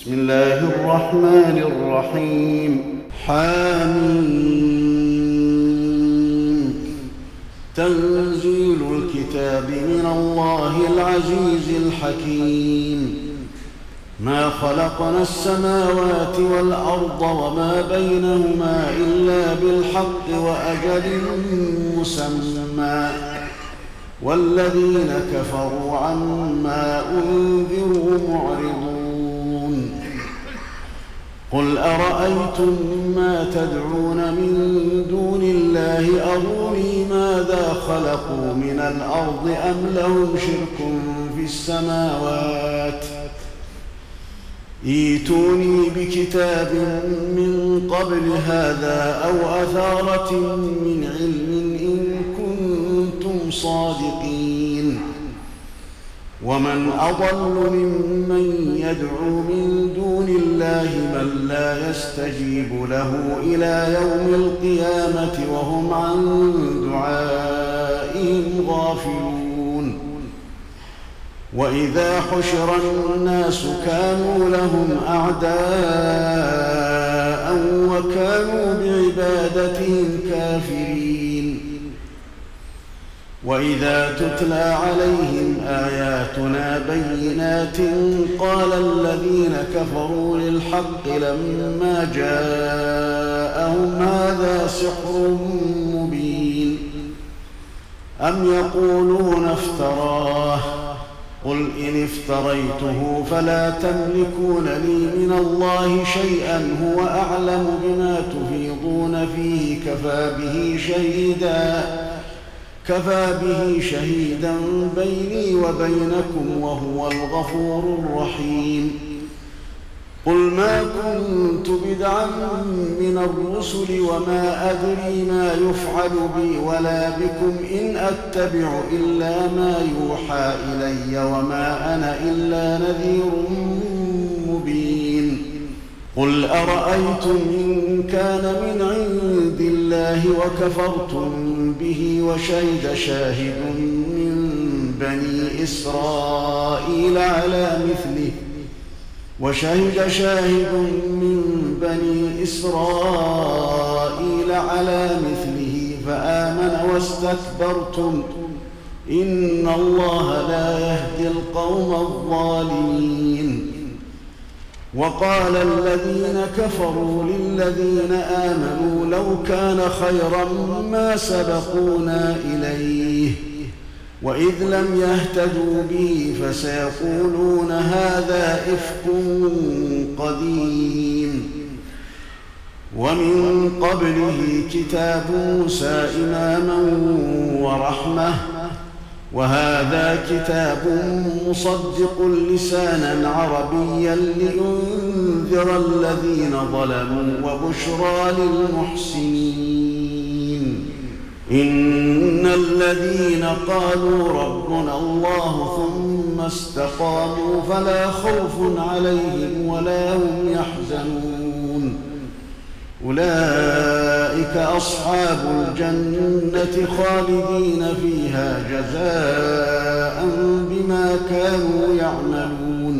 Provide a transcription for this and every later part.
بسم الله الرحمن الرحيم. حميم. تنزيل الكتاب من الله العزيز الحكيم. ما خلقنا السماوات والأرض وما بينهما إلا بالحق وأجل مسمى، والذين كفروا عما أنذروا معرضون. قل أرأيتم ما تدعون من دون الله أروني ماذا خلقوا من الأرض أم لهم شرك في السماوات، ائتوني بكتاب من قبل هذا أو أثارة من علم إن كنتم صادقين. ومن أضل ممن يدعو من دون الله من لا يستجيب له إلى يوم القيامة وهم عن دعائهم غافلون. وإذا حشر الناس كانوا لهم أعداء وكانوا بعبادتهم كافرين. وإذا تتلى عليهم آياتنا بينات قال الذين كفروا للحق لما جاءهم هذا سحر مبين أم يقولون افتراه قل إن افتريته فلا تملكون لي من الله شيئا هو أعلم بما تفيضون فيه كفى به شهيدا بيني وبينكم وهو الغفور الرحيم. قل ما كنت بدعا من الرسل وما أدري ما يفعل بي ولا بكم إن أتبع إلا ما يوحى إلي وما أنا إلا نذير مبين. قل أرأيتم إن كان من عند الله وكفرتم به وشهد شاهد من بني إسرائيل على مثله فآمن واستكبرتم إن الله لا يهدي القوم الظالمين. وقال الذين كفروا للذين آمنوا لو كان خيرا ما سبقونا إليه وإذ لم يهتدوا به فسيقولون هذا إفك قديم. ومن قبله كتاب موسى إماما ورحمة وهذا كتاب مصدق لسانا عربيا لينذر الذين ظلموا وبشرى للمحسنين. إن الذين قالوا ربنا الله ثم استقاموا فلا خوف عليهم ولا هم يحزنون. أولئك أصحاب الجنة خالدين فيها جزاء بما كانوا يعملون.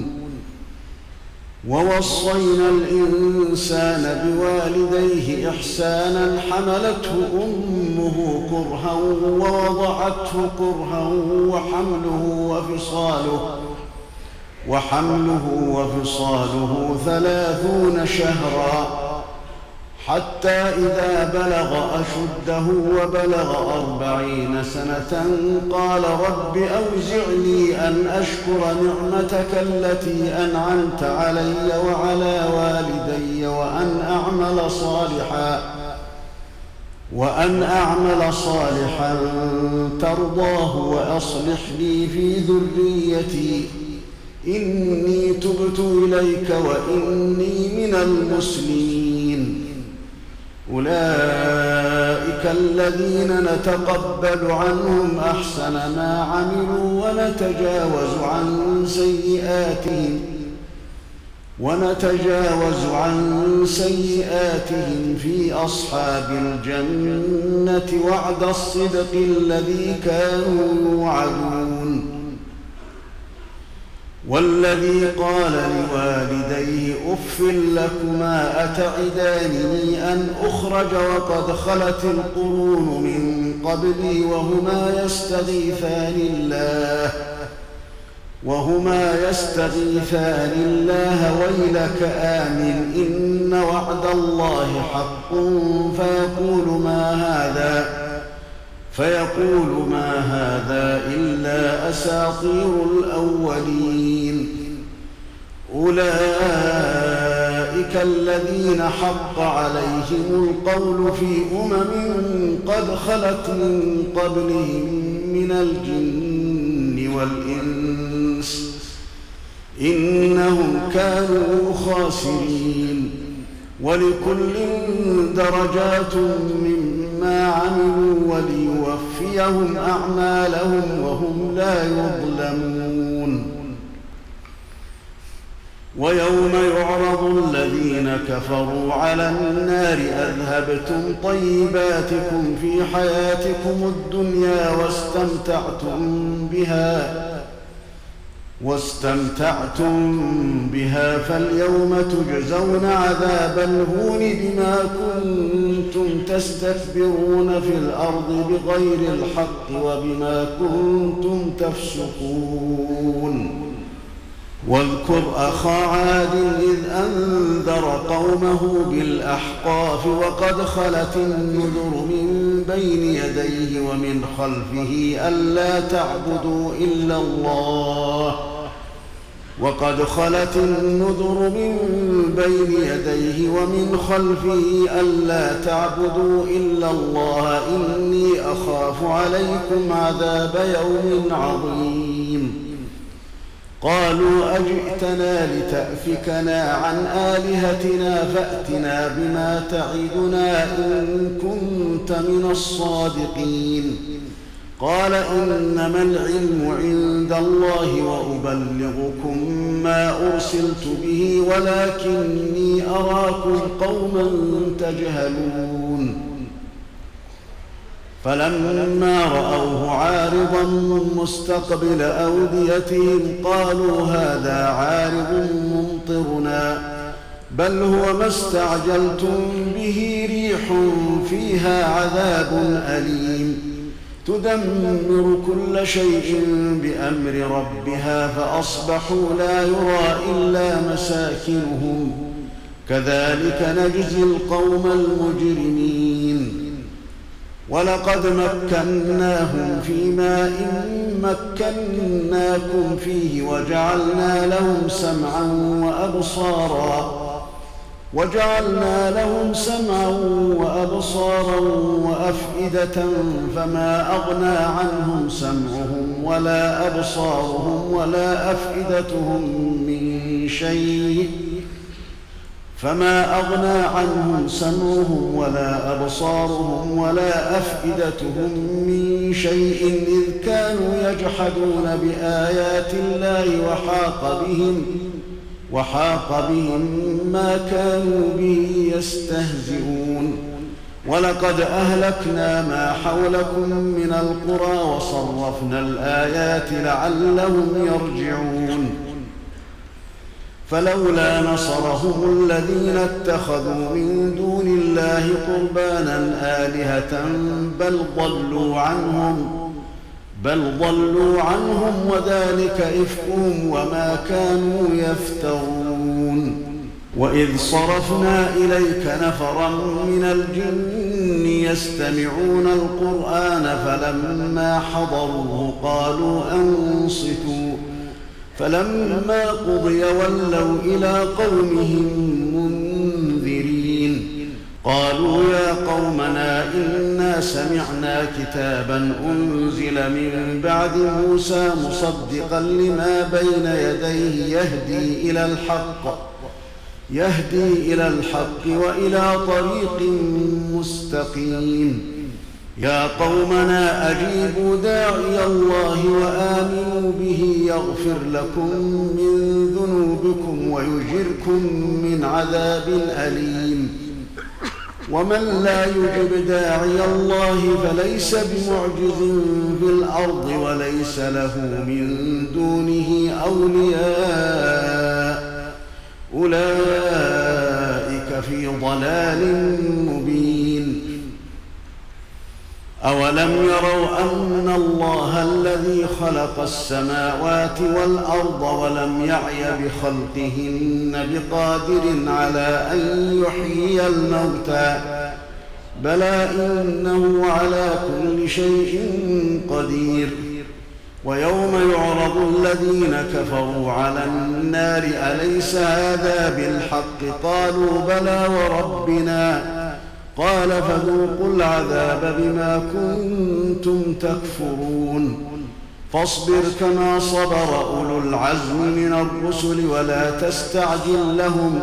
ووصينا الإنسان بوالديه إحسانا حملته أمه كرها ووضعته كرها وحمله وفصاله 30 شهرا حتى إذا بلغ أشده وبلغ 40 سنة قال رب أوزعني أن أشكر نعمتك التي أنعمت علي وعلى والدي وأن أعمل صالحا ترضاه وأصلح لي في ذريتي إني تبت إليك وإني من المسلمين. أولئك الذين نتقبل عنهم أحسن ما عملوا ونتجاوز عن سيئاتهم في أصحاب الجنة وعد الصدق الذي كانوا يوعدون. والذي قال لوالديه أف لكما أتعدانني أن أخرج وقد خلت القرون من قبلي وهما يستغيثان الله ويلك آمن إن وعد الله حق فيقول ما هذا إلا أساطير الأولين. أولئك الذين حق عليهم القول في قد خلت من قبلهم من الجن والإنس إنهم كانوا خاسرين. ولكل درجات مما عملوا وليوفيهم أعمالهم وهم لا يظلمون. ويوم يعرض الذين كفروا على النار أذهبتم طيباتكم في حياتكم الدنيا واستمتعتم بها فاليوم تجزون عذاب الهون بما كنتم تستكبرون في الأرض بغير الحق وبما كنتم تفسقون. واذكر أخا عاد إذ أنذر قومه بالأحقاف وقد خلت النذر من بين يديه ومن خلفه ألا تعبدوا إلا الله إني أخاف عليكم عذاب يوم عظيم. قالوا أجئتنا لتأفكنا عن آلهتنا فأتنا بما تعدنا إن كنت من الصادقين. قال إنما العلم عند الله وأبلغكم ما أرسلت به ولكني أراكم قوما تجهلون. فلما رأوه عارضا مستقبل أوديتهم قالوا هذا عارض ممطرنا بل هو ما استعجلتم به ريح فيها عذاب أليم تدمر كل شيء بأمر ربها فأصبحوا لا يرى إلا مساكنهم كذلك نجزي القوم المجرمين. ولقد مكناهم في ماء مكناكم فيه وجعلنا لهم سمعا وأبصارا وأفئدة فما أغنى عنهم سمعهم ولا أبصارهم ولا أفئدتهم من شيء إذ كانوا يجحدون بآيات الله وحاق بهم ما كانوا به يستهزئون. ولقد أهلكنا ما حولكم من القرى وصرفنا الآيات لعلهم يرجعون. فلولا نصرهم الذين اتخذوا من دون الله قربانا آلهة بل ضلوا عنهم وذلك إفكهم وما كانوا يفترون. وإذ صرفنا إليك نفرا من الجن يستمعون القرآن فلما حضروه قالوا أنصتوا فلما قضي ولوا إلى قومهم منذرين. قالوا يا قومنا إنا سمعنا كتابا أنزل من بعد موسى مصدقا لما بين يديه يهدي إلى الحق وإلى طريق مستقيم. يا قومنا أجيبوا داعي الله وآمنوا به يغفر لكم من ذنوبكم ويجركم من عذاب أليم. ومن لا يجب داعي الله فليس بمعجز في الأرض وليس له من دونه أولياء أولئك في ضلال مبين. أولم يروا أن الله الذي خلق السماوات والأرض ولم يعي بخلقهن بقادر على أن يحيي الموتى بلى إنه على كل شيء قدير. ويوم يعرض الذين كفروا على النار أليس هذا بالحق قالوا بلى وربنا قال فذوقوا العذاب بما كنتم تكفرون. فاصبر كما صبر أولو العزم من الرسل ولا تستعجل لهم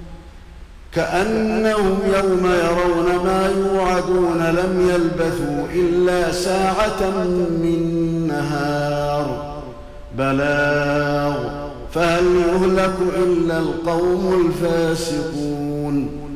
كأنهم يوم يرون ما يوعدون لم يلبثوا إلا ساعة من نهار بلاغ فهل يهلك إلا القوم الفاسقون.